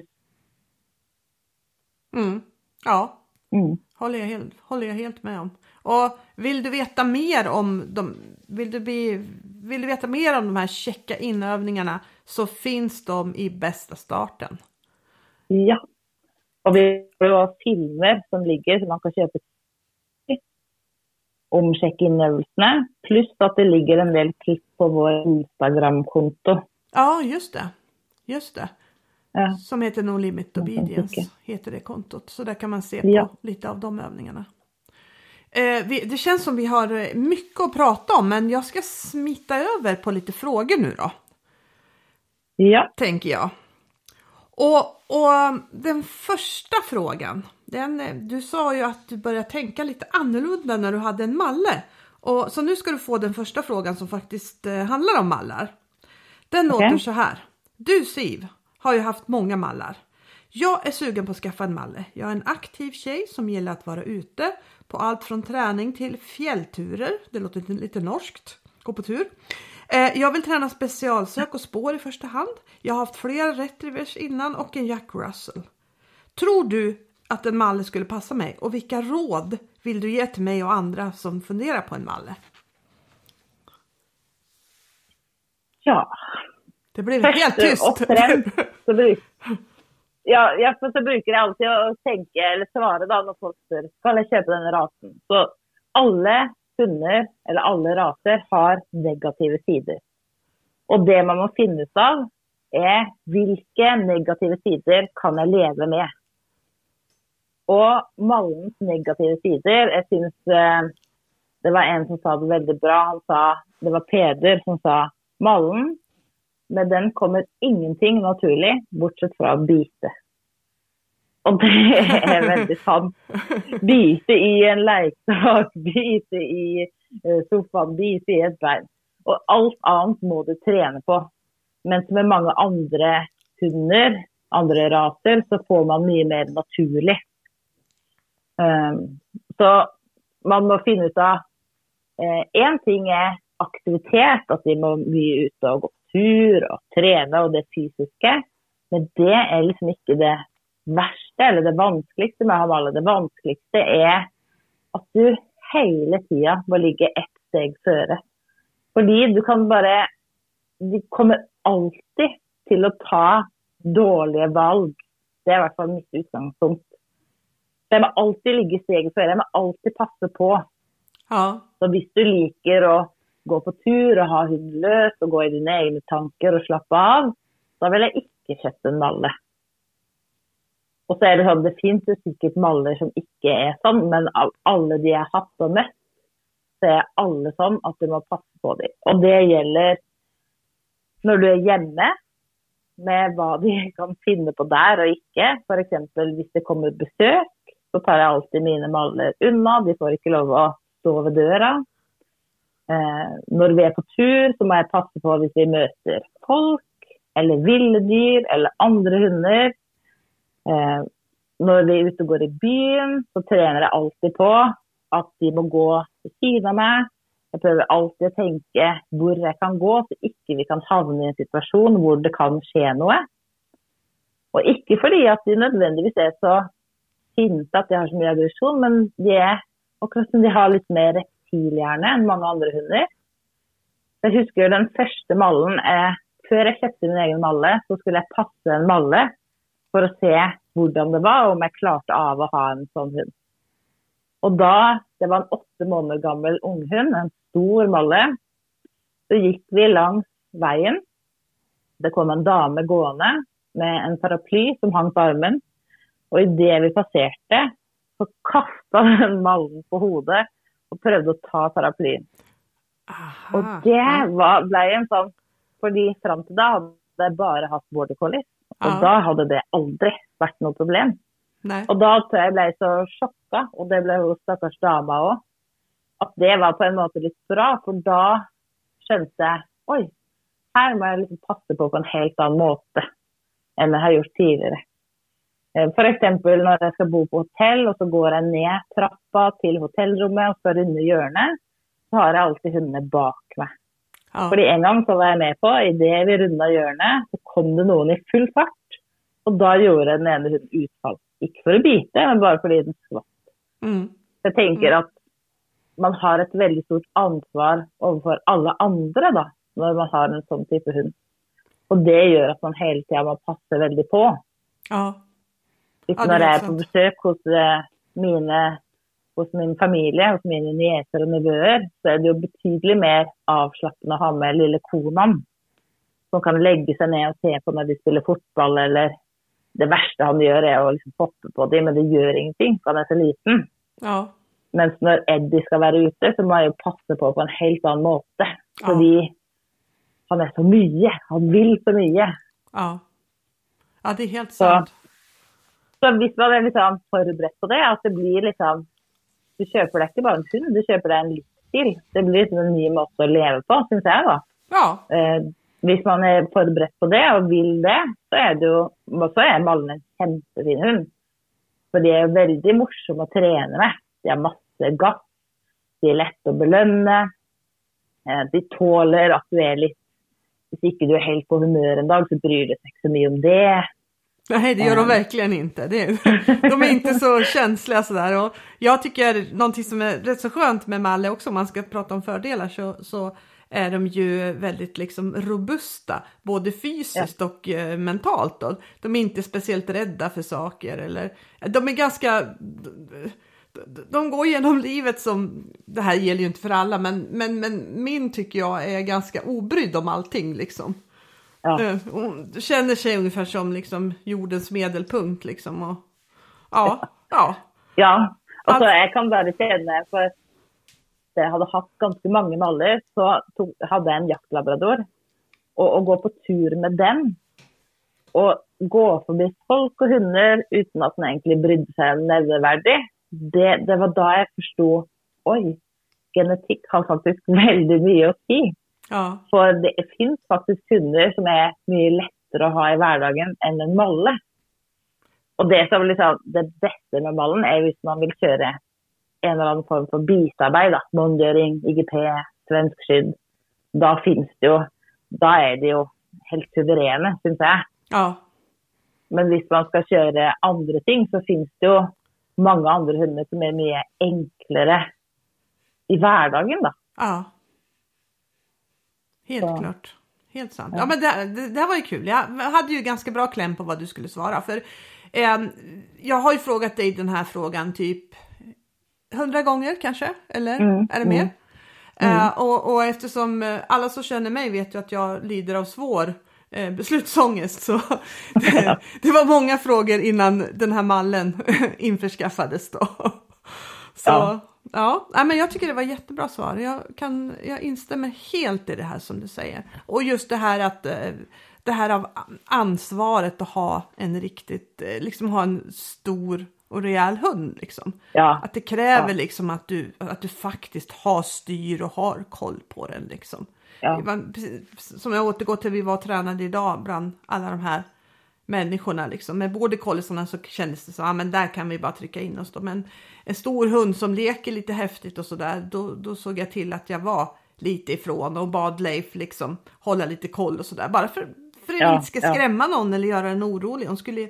Mm. Ja, mm. håller, jag helt, håller jag helt med om. Och vill du veta mer om de, vill du, bli, vill du veta mer om de här checka in-övningarna så finns de i bästa starten. Ja, och vi har filmer som ligger som man kan köpa om check-in-övningarna. Plus att det ligger en del klipp på vår Instagram-konto. Ja, just det. Just det. Ja. Som heter No Limit Obedience heter det kontot. Så där kan man se på ja. lite av de övningarna. Eh, vi, det känns som vi har mycket att prata om, men jag ska smita över på lite frågor nu då. Ja. Tänker jag. Och, och den första frågan, den, du sa ju att du började tänka lite annorlunda när du hade en malle. Och, så nu ska du få den första frågan som faktiskt eh, handlar om mallar. Den okay. låter så här. Du Siv har ju haft många mallar. Jag är sugen på att skaffa en malle. Jag är en aktiv tjej som gillar att vara ute på allt från träning till fjällturer. Det låter lite, lite norskt. Gå på tur. Eh, jag vill träna specialsök och spår i första hand. Jag har haft flera retrievers innan och en Jack Russell. Tror du att en malle skulle passa mig? Och vilka råd vill du ge till mig och andra som funderar på en malle? Ja. Det blev helt tyst. Och främst så brukar ja, jag så brukar jag alltid att tänka eller svara då när folk säger ska jag köpa den rasen. Så alla hundar eller alla raser har negativa sidor. Och det man måste finna ut av är vilka negativa sidor kan jag leva med. Och mallens negativa sidor, jag syns eh, det var en som sa det väldigt bra. Han sa, det var Peder som sa, mallen, med den kommer ingenting naturligt bortsett från att bita. Och det är väldigt sant. Bita i en leksak, bita i soffan, bita i ett ben. Och allt annat må du träna på. Men med många andra hundar andra raser så får man mycket mer naturligt. Um, så man måste finna ut av eh, en ting är aktivitet, att vi må mycket ut och gå tur och träna och det fysiska. Men det är liksom inte det värsta eller det vanskligaste med att ha alla. Det vanskligaste är att du hela tiden må ligga ett steg före. För du kan bara, du kommer alltid till att ta dåliga val. Det är i alla fall mitt utgångspunkt. Det må alltid ligga steg före, det må alltid passa på. Ja. Så om du liker att gå på tur och ha hunden lös och gå i dina egna tankar och slappa av, då vill jag inte köpa en malle. Och så är det så att det finns ju säkert maller som inte är sån, men av alla de jag har haft och mött så är alla sån att du måste passa på det. Och det gäller när du är hemma med vad de kan finna på där och inte. För exempel, om det kommer besök så tar jag alltid mina maller undan. De får inte lov att stå vid dörren. Eh, när vi är på tur så måste jag passa på om vi möter folk eller vilddyr eller andra hundar. Eh, när vi är ute och går i byn så tränar jag alltid på att de må gå vid sidan av mig. Jag prövar alltid att tänka var jag kan gå så inte vi kan hamna i en situation där det kan ske något. Och inte för att de nödvändigtvis är så sinta att de har så mycket aggression, men de är akkurat som de har lite mer reptilhjärna än många andra hundar. Jag husker den första mallen, eh, før jag köpte min egen malle, så skulle jag passa en malle för att se hur det var om jag klarade av att ha en sån hund. Och då, det var en åtta månader gammal unghund, en stor malle. Så gick vi längs vägen. Det kom en dame gående med en paraply som hang på armen. Och i det vi passerade så kastade den mallen på hodet och prövade att ta paraplyn. Aha. Och det var, blev en sån, fordi fram till då hade jag bara haft border collies. Och Ja. då hade det aldrig varit något problem. Nej. Och då tror jag blev så chockad, och det blev hos stackars dama också, att det var på en måte lite bra, för då kände jag, oj, här må jag liksom passa på på en helt annan måte än jag har gjort tidigare. Eh, För exempel när jag ska bo på hotell och så går jag ner trappa till hotellrummet och ska runda hjørnet, så har jag alltid hunden bak mig. Ja. Fordi en gång så var jag med på, i det vi runda hjørnet, så kom det någon i full fart, och då gjorde den ene hunden utfall. Inte för att bita, men bara för att den skvatt. Mm. Jag tänker att man har ett väldigt stort ansvar över alla andra då, när man har en sån typ av hund. Och det gör att man hela tiden måste passa väldigt på. Ja. Typ Ja, det är när jag är helt på sant. besök hos, eh, mina, hos min familj, hos mina nieser och nevöer, så är det ju betydligt mer avslappnande att ha med lilla konan. Som kan lägga sig ner och se på när de spelar fotboll, eller det värsta han gör är att liksom hoppa på det, men det gör ingenting, för han är så liten. Ja. Men när Eddie ska vara ute så måste jag ju passa på på en helt annan måte. Ja. Fordi han är så mycket, han vill så mycket. Ja. Ja, det är helt Så, sant. så visst var det liksom förberett på det, att det blir liksom, du köper dig inte bara en hund, du köper dig en livsstil. Det blir liksom en ny måte att leva på, syns jag då. Ja. Eh, Hvis man är förberett på det och vill det, så är det ju, så är Mallen en jättefin hund. För det är väldigt morsomt att träna med. Det är massor gass. Det är lätt att belöna. Eh, de tåler att du är lite, om inte du är helt på humör en dag så bryr du sig inte så mycket om det. Nej, det gör de verkligen inte. Det är, de är inte så känsliga sådär. Och jag tycker någonting som är rätt så skönt med Malle också, om man ska prata om fördelar, så, så är de ju väldigt liksom robusta, både fysiskt ja. och eh, mentalt då. De är inte speciellt rädda för saker, eller de är ganska, de, de går igenom livet som, det här gäller ju inte för alla, men, men, men min tycker jag är ganska obrydd om allting liksom. Ja. Eh, hon känner sig ungefär som liksom jordens medelpunkt liksom, och ja, ja. Ja, och så jag kan bara känna, för jag hade haft ganska många maller, så tog, hade jag en jaktlabrador. Och, och gå på tur med den, och gå förbi folk och hundar utan att den egentligen brydde sig nevneverdigt, det, det var då jag förstod, oj, genetik har faktiskt väldigt mycket att säga. Ja. För det finns faktiskt hundar som är mycket lättare lettere å ha i hverdagen enn en malle. Og det som liksom, det beste med mallen er hvis man vil kjøre en eller annen form for bisarbeid, da, månedgjøring, I G P, svensk skydd, da finnes det jo, da er det jo helt suverene, synes jeg. Ja. Men hvis man skal kjøre andre ting, så finnes det jo mange andre hunder som er mye enklere i hverdagen, da. Ja. Helt så. Klart. Helt sant. Ja, men det, det, det var ju kul. Jag hade ju ganska bra kläm på vad du skulle svara. För eh, jag har ju frågat dig den här frågan typ hundra gånger kanske. Eller mm, är det mer? Mm. Eh, och, och eftersom alla som känner mig vet ju att jag lider av svår eh, beslutsångest. Så det, det var många frågor innan den här mallen införskaffades då. Så... Ja. Ja, men jag tycker det var jättebra svar. Jag, kan, jag instämmer helt i det här som du säger. Och just det här att det här av ansvaret att ha en riktigt, liksom ha en stor och rejäl hund liksom. Ja. Att det kräver ja. liksom att du, att du faktiskt har styr och har koll på den liksom. Ja. Var, som jag återgår till vi var tränade idag bland alla de här människorna liksom. Med både kollisarna så kändes det så, ja men där kan vi bara trycka in oss då. Men en stor hund som leker lite häftigt och sådär, då, då såg jag till att jag var lite ifrån och bad Leif liksom hålla lite koll och sådär. Bara för, för att ja, inte ska skrämma ja. någon eller göra den orolig. Hon skulle,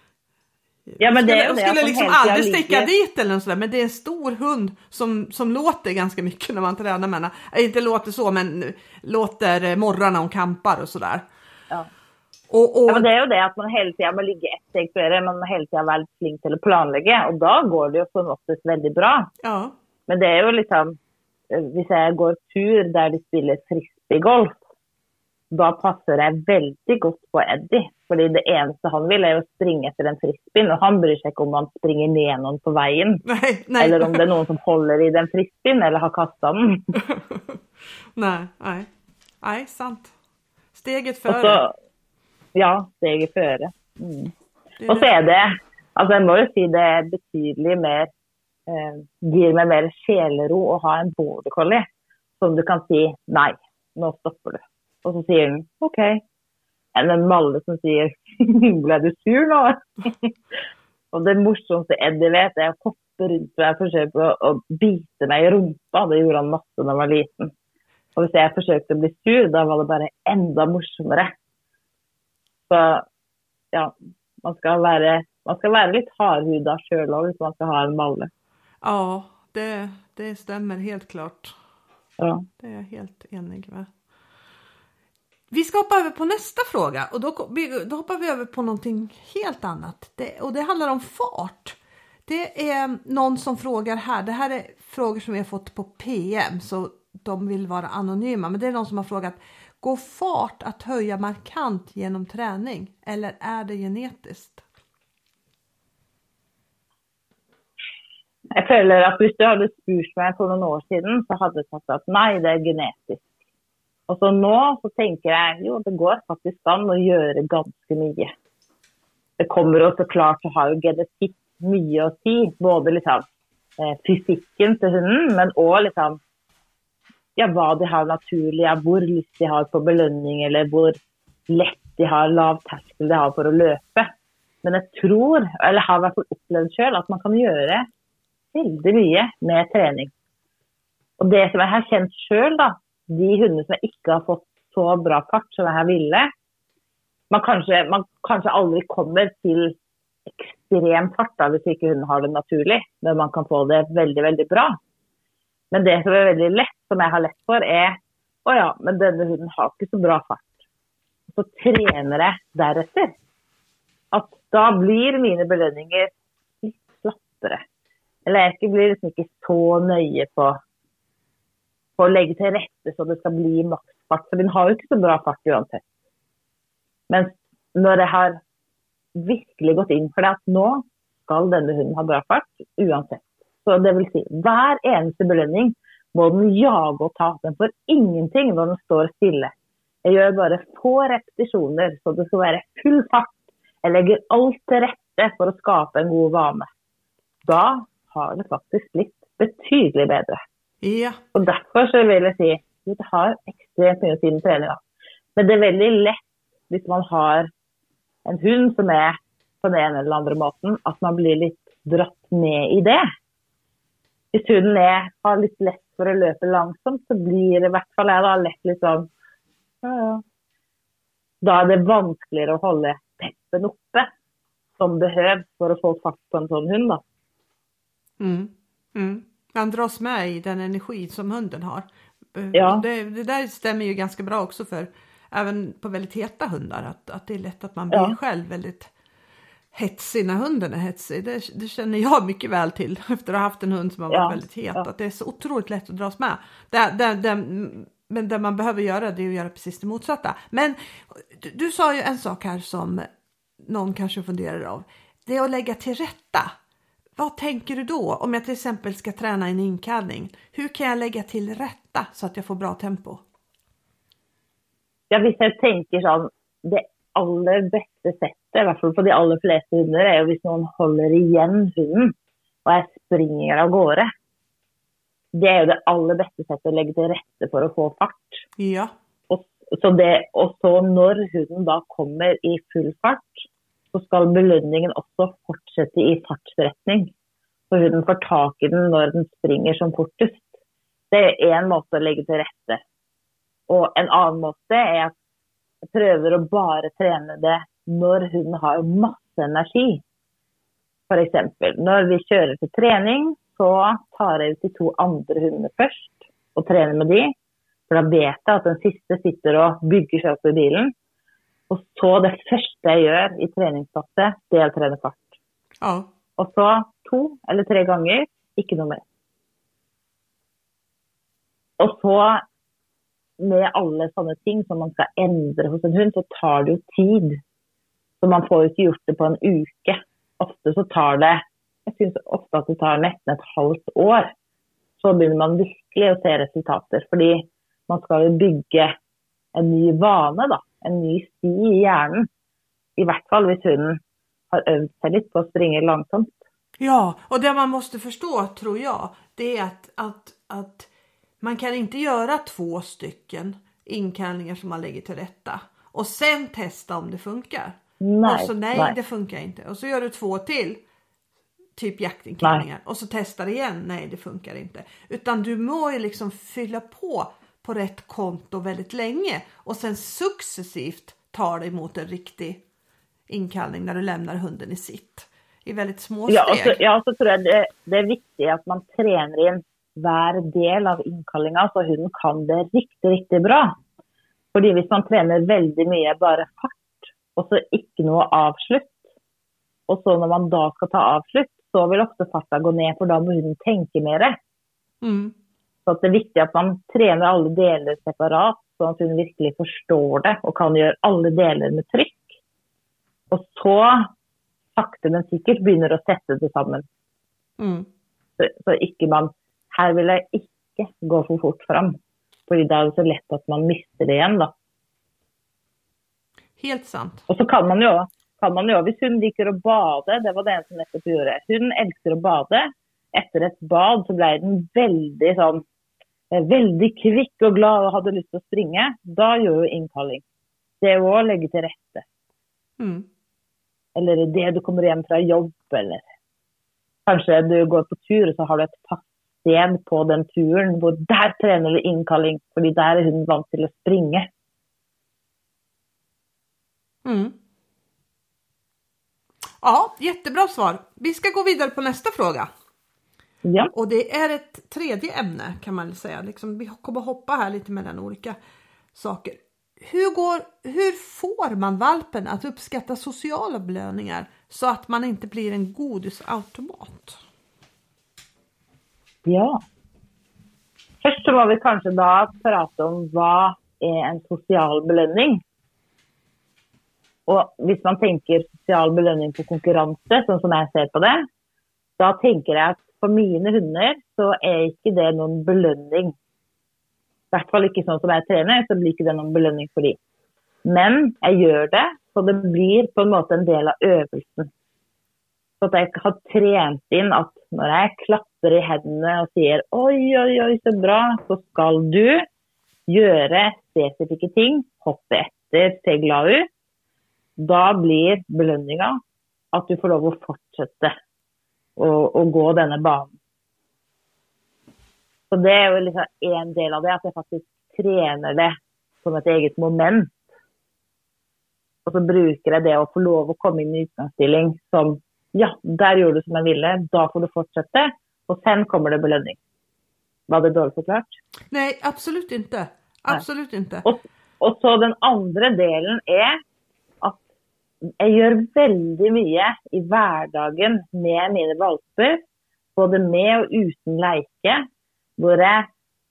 ja, men det är hon det, skulle liksom aldrig sticka ligger... dit eller något sådär. Men det är en stor hund som, som låter ganska mycket när man tränar med henne. Inte låter så, men låter morra när hon kampar och sådär. Ja. Och, och... Ja, men det är ju det att man hela tiden må ligga ett steg före, man må hela tiden vara flink till att planlägga, och då går det ju på något sätt väldigt bra. Ja. Men det är ju liksom, hvis jag går tur där de spelar frisbeegolf, då passar det väldigt gott på Eddie, för det enda han vill är att springa efter den frisbeen, och han bryr sig inte om man springer ner någon på vägen, nej, nej. eller om det är någon som håller i den frisbeen eller har kastat den. nej, nej, nej, sant. Steget före. Och så, ja, steget före. Mm. Och så är det, alltså jag måste säga det är betydligt mer, eh, ger mig mer själero att ha en border collie som du kan säga, nej, nu stoppar du. Och så säger den, okej. Okay. Eller en malle som säger, blev du sur nu? Och det morsomaste Eddie vet är att jag hoppar runt och jag försöker att bita mig i rumpan. Det gjorde han massor när jag var liten. Och hvis jag försökte bli sur, då var det bara ända morsommare. Så ja, man ska vara, man ska vara lite hardhudad själv om man ska ha en malle. Ja, det, det stämmer helt klart. Ja. Det är jag helt enig med. Vi ska hoppa över på nästa fråga, och då, då hoppar vi över på någonting helt annat. Det, och det handlar om fart. Det är någon som frågar här, det här är frågor som vi har fått på P M, så de vill vara anonyma. Men det är någon som har frågat, går fart att höja markant genom träning, eller är det genetiskt? Jag känner att om du hade spurt mig för några år sedan, så hade jag sagt att nej, det är genetiskt. Och så nu så tänker jag, jo, det går faktiskt an att göra ganska mycket. Det kommer också klart att ha genetik mycket att säga, både liksom, eh, fysiken till hunden, men också liksom, ja, vad de har naturliga, hur lust de har på belöning, eller hur lätt de har, lav terskel de har för att löpa. Men jag tror, eller har i alla fall upplevt själv, att man kan göra väldigt mycket med träning. Och det som jag har känt själv då, de hundar som jag inte har fått så bra fart som jag ville, man kanske, man kanske aldrig kommer till extrem fart då, hvis inte hunden har det naturligt, men man kan få det väldigt, väldigt bra. Men det som är väldigt lätt, som jag har lätt för, är, åh ja, men denna hunden har inte så bra fart. Så tränar jag därefter. Att då blir mina belöningar lite slappare. Eller jag blir liksom inte så nöje på, på att lägga till rätta så det ska bli maxfart. För den har ju inte så bra fart uansett. Men när det har virkelig gått in för det att nu ska denna hunden ha bra fart uansett. Så det vill säga, hver eneste belöning må den jaga och ta. Den får ingenting när den står stille. Jag gör bara få repetitioner så det ska vara full fart. Jag lägger allt till rätta för att skapa en god vana. Då har det faktiskt blivit betydligt bättre. Ja. Och därför så vill jag säga att det har extremt mycket sin träning. Men det är väldigt lätt hvis man har en hund som er på den ene eller andre måten, at man blir litt dratt med i det. Hvis hunden er, har litt lett for å løpe langsomt, så blir det i hvert fall jeg da lett litt sånn, ja, ja. Da er det vanskeligere å holde peppen oppe, som behövs för att få fart på en sån hund då. Mm. Mm. Han dras med i den energi som hunden har. Ja. Det, det där stämmer ju ganska bra också för även på väldigt heta hundar. Att, att det är lätt att man blir ja. själv väldigt hetsig när hunden är hetsig. Det, det känner jag mycket väl till efter att ha haft en hund som har varit ja. väldigt het. Ja. Att det är så otroligt lätt att dras med. Det, det, det, men det man behöver göra det är att göra precis det motsatta. Men du, du sa ju en sak här som någon kanske funderar av. Det är att lägga till rätta. Vad tänker du då om jag till exempel ska träna en inkallning? Hur kan jag lägga till rätta så att jag får bra tempo? Ja, hvis jeg tenker sånn, det aller beste settet, i hvert fall for de aller fleste hunder, er jo hvis noen holder igjen hunden, og jeg springer av gårde. Det er jo det aller beste settet å legge til rette for å få fart. Ja. Og så, det, og så når hunden da kommer i full fart, så skal belønningen også fortsette i fartsretning. Så hunden får tak i den når den springer som fortest. Det er en måte å legge til rette. Og en annen måte er at jeg prøver å bare trene det når hunden har masse energi. For eksempel, når vi kjører til trening, så tar jeg ut de to andre hundene først og trener med de. For da vet jeg at den siste sitter og bygger seg opp i bilen. Og så det første jeg gjør i treningspasset, det er å trene fart. Ja. Og så to eller tre ganger, ikke noe mer. Og så med alle sånne ting som man skal endre hos en hund, så tar det jo tid. Så man får jo ikke gjort det på en uke. Ofte så tar det, jeg synes ofte at det tar nesten et halvt år. Så begynner man virkelig å se resultater, fordi man skal jo bygge en ny vane da. En ny sti i hjernen. I hvert fall hvis hunden har øvd sig lite på att springa långsamt. Ja, och det man måste förstå tror jag, det är att, att, att man kan inte göra två stycken inkallningar som man lägger till rätta. Och sen testa om det funkar. Nej, och så nej, nej. det funkar inte. Och så gör du två till. Typ jaktinkallningar. Nej. Och så testar igen. Nej, det funkar inte. Utan du må ju liksom fylla på på rätt konto väldigt länge. Och sen successivt tar dig mot en riktig inkallning när du lämnar hunden i sitt. I väldigt små steg. Ja, och så, ja, så tror jag det, det är viktigt att man tränar in hver del av inkallingen så hunden kan det riktigt, riktigt bra. Fordi hvis man tränar väldigt mycket bara fart och så inte något avslut. Och så när man då ska ta avslut så vill ofta farten gå ner för då måste hunden tänka mer. Mm. Så att det är viktigt att man tränar alla delar separat så att hunden verkligen förstår det och kan göra alla delar med tryck. Och så sakta men säkert börjar att sätta det samman. Mm. Så, så inte man, här vill jag inte gå för fort fram. För det är så lätt att man mister det igen då. Helt sant. Och så kan man ju, kan man ju, om hunden liker att bada, det var det som nettopp gjorde. Hunden älskar att bada. Efter ett bad så blev den väldigt sån, väldigt kvick och glad och hade lust att springa. Då gör ju inkalling. Det är att lägga till rätta. Mm. Eller det du kommer hem från jobb eller kanske du går på tur så har du ett fast sted på den turen hvor där tränar du inkalling för där är hunden vant till att springa. Mm. Ja, jättebra svar. Vi ska gå vidare på nästa fråga. Ja. Och det är ett tredje ämne kan man säga. Liksom, vi kommer hoppa här lite mellan olika saker. Hur, går, hur får man valpen att uppskatta sociala belöningar så att man inte blir en godisautomat? Ja. Först så må vi kanske då prata om vad är en social belöning. Och hvis man tänker social belöning på konkurrense, sånn som jag ser på det, då tänker jag att för mina hundar så är inte det någon belöning. I hvert fall ikke sånn som jeg trener, så blir ikke det noen belønning for dem. Men jeg gjør det, så det blir på en måte en del av øvelsen. Så at jeg har trent inn at når jeg klapper i hendene og sier oi, oi, oi, så bra, så skal du gjøre spesifikke ting, hoppe etter, se glad ut, da blir belønningen at du får lov å fortsette å, å gå denne banen. Så det er jo liksom en del av det, at jeg faktisk trener det som et eget moment. Og så bruker jeg det å få lov å komme inn i utgangsstilling som, ja, der gjorde du som jeg ville, da får du fortsette, og sen kommer det belønning. Var det dårligt forklart? Nej, absolut inte. Absolut Nej. inte. Och, och så den andra delen är att jag gör väldigt mycket i vardagen med mina valper, både med och utan leke, hvor jag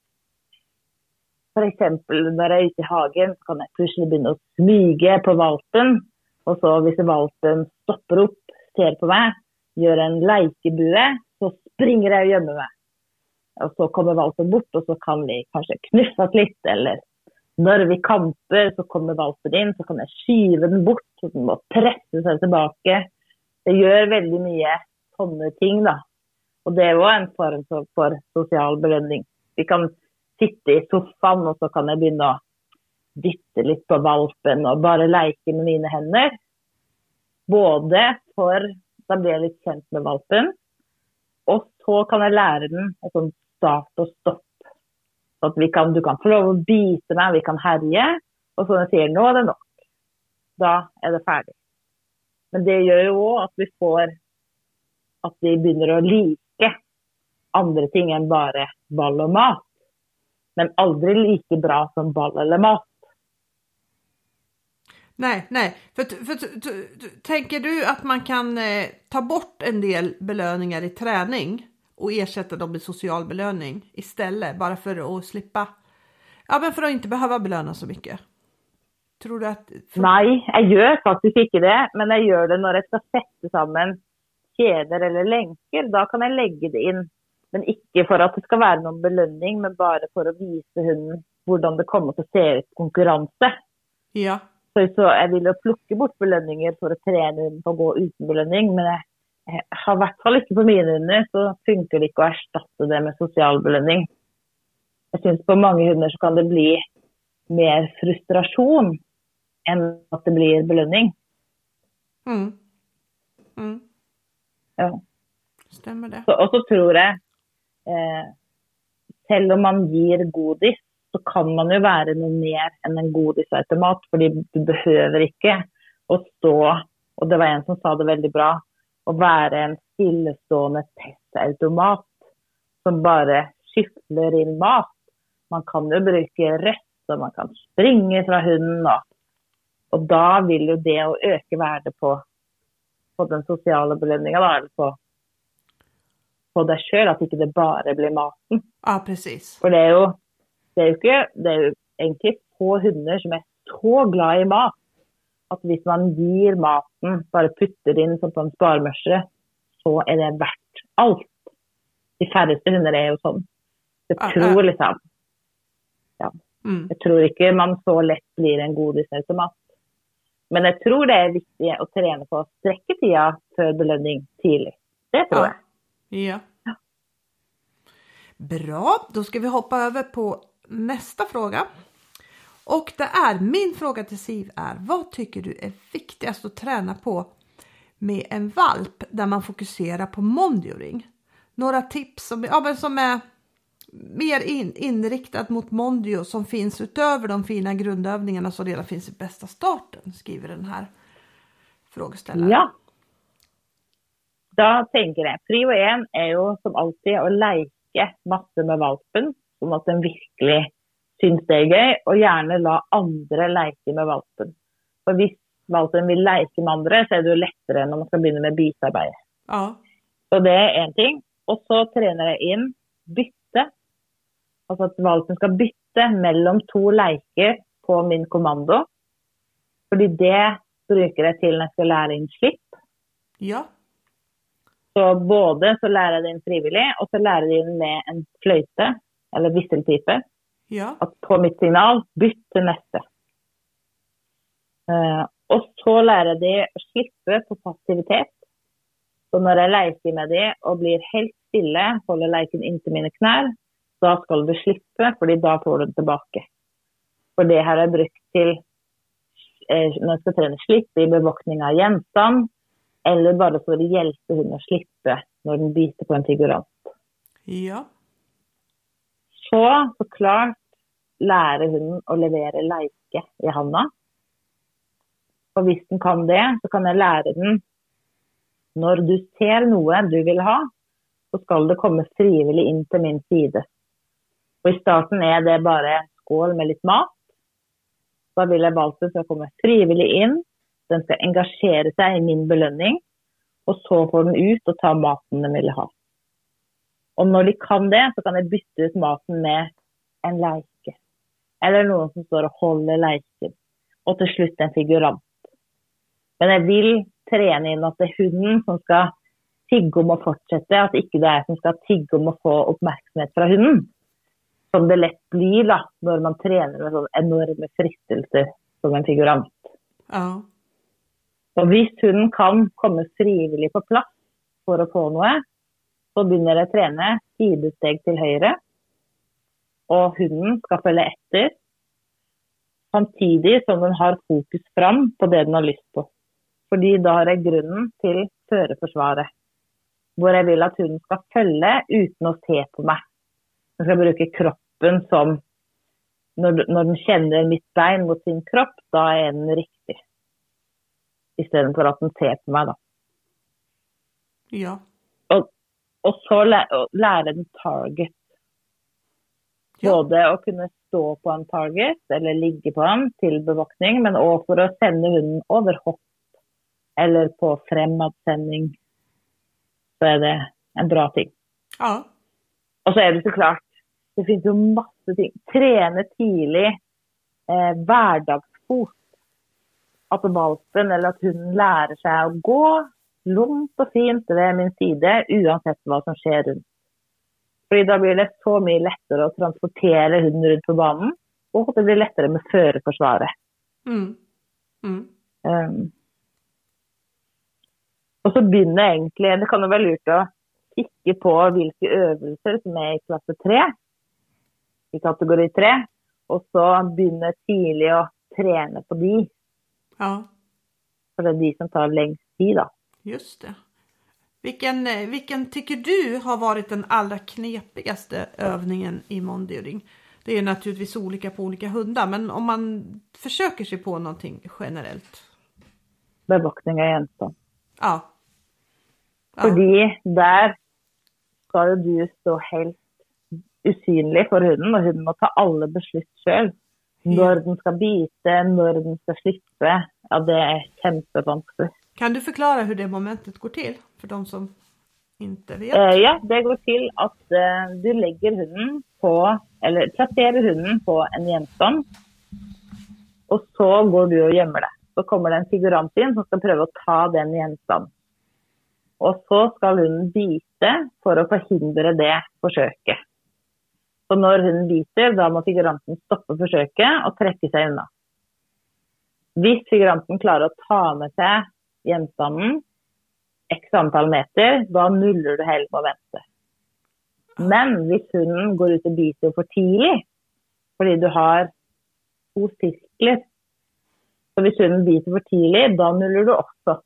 för exempel när jag är ute i hagen så kan jag plötsligt börja smyga på valpen, och så hvis valpen stoppar upp, ser på mig, gör en lekebue, så springer jag och gömmer mig. Och så kommer valpen bort, och så kan vi kanske knuffas lite, eller när vi kamper så kommer valpen in, så kan jag skyva den bort så den må pressa sig tillbaka. Det gör väldigt mycket sådana ting då. Och det är ju en form för, för social belöning. Vi kan sitta i soffan, och så kan jag börja dytta lite på valpen och bara leka med mina händer. Både för då blir jag lite känd med valpen, och så kan jag lära den ett sånt start och stopp. Så att vi kan, du kan få lov att bita mig, vi kan härja, och så när jag säger, nu är det nog. Då är det färdigt. Men det gör ju också att vi får, att vi börjar att lika andra ting än bara ball och mat. Men aldrig lika bra som ball eller mat. Nej, nej. För, för, för, tänker du att man kan eh, ta bort en del belöningar i träning och ersätta dem med social belöning istället, bara för att slippa, ja, men för att inte behöva belöna så mycket? Tror du att... För... Nej, jag gör faktiskt inte det, men jag gör det när jag ska sätta samman kedjor eller länkar. Då kan jag lägga det in, men inte för att det ska vara någon belöning, men bara för att visa hunden hur det kommer att se ut konkurrens. Ja. Så, så jag vill plocka bort belöningar för att träna hunden på att gå utan belöning, men jag, jag har i hvert fall inte på mina hundar, så funkar det inte att ersätta det med social belöning. Jag syns på många hundar så kan det bli mer frustration än att det blir belöning. Mm. Mm. Ja. Stämmer det. Så, och så tror jag, eh, selv om man ger godis, så kan man ju vara något mer än en godisautomat, för du behöver inte att stå, och det var en som sa det väldigt bra, att vara en stillestående testautomat som bara skyfflar in mat. Man kan ju bruka röst, och man kan springa från hunden, och, och då vill ju det att öka värdet på, på den sociala belöningen, eller på på dig själv, att inte det bara blir maten. Ja, precis. För det är ju det är ju inte, det är ju egentligen få hundar som är så glada i mat att hvis man ger maten, bara putter in som på en sparmörsre, så är det värt allt. De färreste hundar är ju sån. Jag ah, tror ah. liksom, ja, mm. jag tror inte man så lätt blir en godisautomat. Men jag tror det är viktigt att träna på att sträcka tida för belöning tidigt. Det tror ja. jag. Ja. Bra, då ska vi hoppa över på nästa fråga. Och det är, min fråga till Siv är, vad tycker du är viktigast att träna på med en valp där man fokuserar på mondioring? Några tips som, ja, men som är mer in, inriktat mot mondio, som finns utöver de fina grundövningarna som redan finns i bästa starten, skriver den här frågeställaren. Ja. Då tänker jag, prio en är ju som alltid att leka massor med valpen, så att den verkligen syns det är gøy, och gärna la andra leka med valpen. För hvis valpen vill leka med andra, så är det ju lättare när man ska börja med bitarbete. Ja. Så det är en ting. Och så tränar jag in bytte. Alltså att valpen ska byta mellan två leker på min kommando. För det brukar jag till när jag ska lära in slipp. Ja. Så både så lär jag den frivillig, och så lär jag den med en flöjte eller visselpipe. Ja. Att på mitt signal bytt till nästa. Uh, och så lär jag det att slippa på passivitet. Så när jag leker med det och blir helt stilla, håller leken inte mina knär, då ska du slippa, för då får du den tillbaka. För det här är brukt till eh, när du ska träna slipp i bevakning av gensam, eller bara för att hjälpa hunden att slippa när den biter på en figurant. Ja. Så såklart lära hunden att leverera leke i handen. Och om den kan det, så kan jag lära den, när du ser något du vill ha, så ska det komma frivilligt in till min sida. Och i starten är det bara skål med lite mat. Då vill jag valgt att den ska komma frivilligt in. Den ska engagera sig i min belöning. Och så får den ut och ta maten den vill ha. Och när de kan det, så kan jag byta ut maten med en leke. Eller någon som står och håller leken. Och till slut en figurant. Men jag vill träna in att det är hunden som ska tigga om att fortsätta. Att inte det är som ska tigga om att få uppmärksamhet från hunden. Som det lätt blir då, när man tränar med sån enorma fristelser som en figurant. Ja. Och om hunden kan komma frivilligt på plats för att få något, så börjar jag träna sidosteg till höger. Och hunden ska följa efter. Samtidigt som den har fokus fram på det den har lust på. För då har jag grunden till föreförsvaret. Hvor jag vill att hunden ska följa utan att se på mig. Den ska bruka kroppen som, när, när den känner mitt ben mot sin kropp, då är den riktig. Istället för att den ser på mig då. Ja. Och, och så lä, och lära den target. Ja. Både att kunna stå på en target eller ligga på en till bevakning, men också för att sända hunden över hopp eller på framåtsändning, så är det en bra ting. Ja. Och så är det såklart, det finns ju massor ting. Träna tidigt, eh, vardagsfot. Att valpen eller att hunden lär sig att gå lugnt och fint vid min sida, oavsett vad som sker runt. För då blir det så mycket lättare att transportera hunden runt på banan, och det blir lättare med föreförsvaret. Mm. Mm. Um, och så börjar egentligen, det kan ju vara lurt att kika på vilka övningar som är i klass tre, i kategori tre, och så börja tidigt att träna på de. Ja. För det är de som tar längst tid då. Just det. Vilken, vilken tycker du har varit den allra knepigaste övningen i mondioring? Det är naturligtvis olika på olika hundar, men om man försöker sig på någonting generellt. Bevakning av ensam. Ja. Ja. För där ska du stå helt usynlig för hunden, och hunden måste ta alla beslut själv. När den ska bita, när den ska slippa. Ja, det är jättevanskligt. Kan du förklara hur det momentet går till för de som inte vet? Uh, ja, det går till att uh, du lägger hunden på, eller placerar hunden på en gensam. Och så går du och gömmer det. Så kommer det en figurant in som ska pröva att ta den gensam. Och så ska hunden bita för att förhindra det försöket. Så när hunden biter, då måste figuranten stoppa försöket och träcka sig undan. Om figuranten klarar att ta med sig genstanden x antal meter, då nullar du helt på vänster. Men om hunden går ut och biter för tidigt, fordi du har två cirklar, så om hunden biter för tidigt, då nullar du också.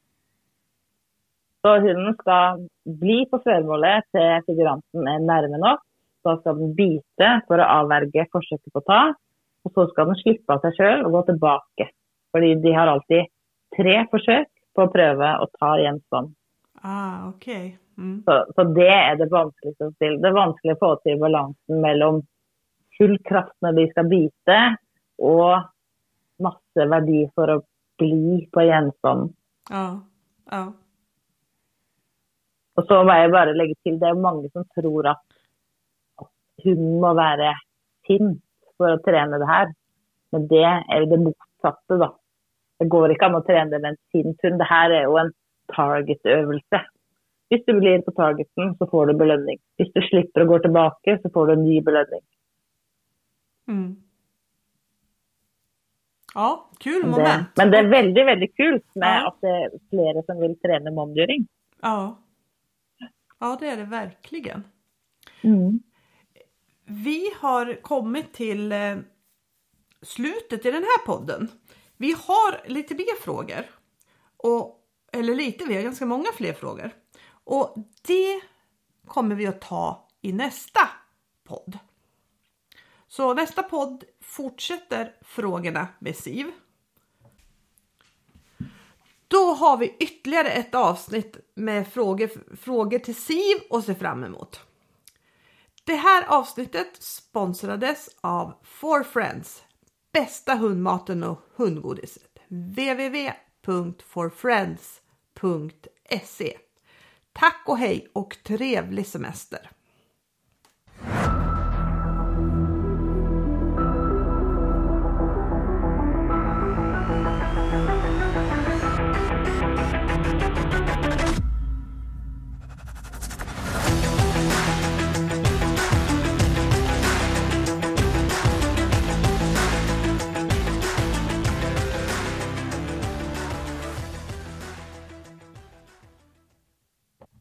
Så hunden ska bli på föremålet till figuranten är närmare nog. Så ska den bita för att avvärge försöket på att ta. Och så ska den slippa sig själv och gå tillbaka. För de har alltid tre försök på att pröva att ta gensam. Ah, okej. Okay. Mm. Så, så det är det vanskligaste till. Det är vanskligt att få till balansen mellan full kraft när de ska bita och massa värde för att bli på gensam. Ja, ja. Och så vill jag bara lägga till, det är många som tror att hunden må vara sint för att träna det här. Men det är det motsatta då. Det går inte att träna med en sint hund. Det här är ju en targetövelse. Om du blir på targeten så får du belöning. Om du slipper att gå tillbaka så får du en ny belöning. Mm. Ja, kul moment. Det, men det är väldigt, väldigt kul med ja. att det är flera som vill träna mondioring. Ja. Ja, det är det verkligen. Mm. Vi har kommit till eh, slutet i den här podden. Vi har lite mer frågor. Och, eller lite, vi har ganska många fler frågor. Och det kommer vi att ta i nästa podd. Så nästa podd fortsätter frågorna med Siv. Då har vi ytterligare ett avsnitt med frågor, frågor till Siv och se fram emot. Det här avsnittet sponsrades av For Friends, bästa hundmaten och hundgodiset. w w w punkt for friends punkt se. Tack och hej och trevlig semester!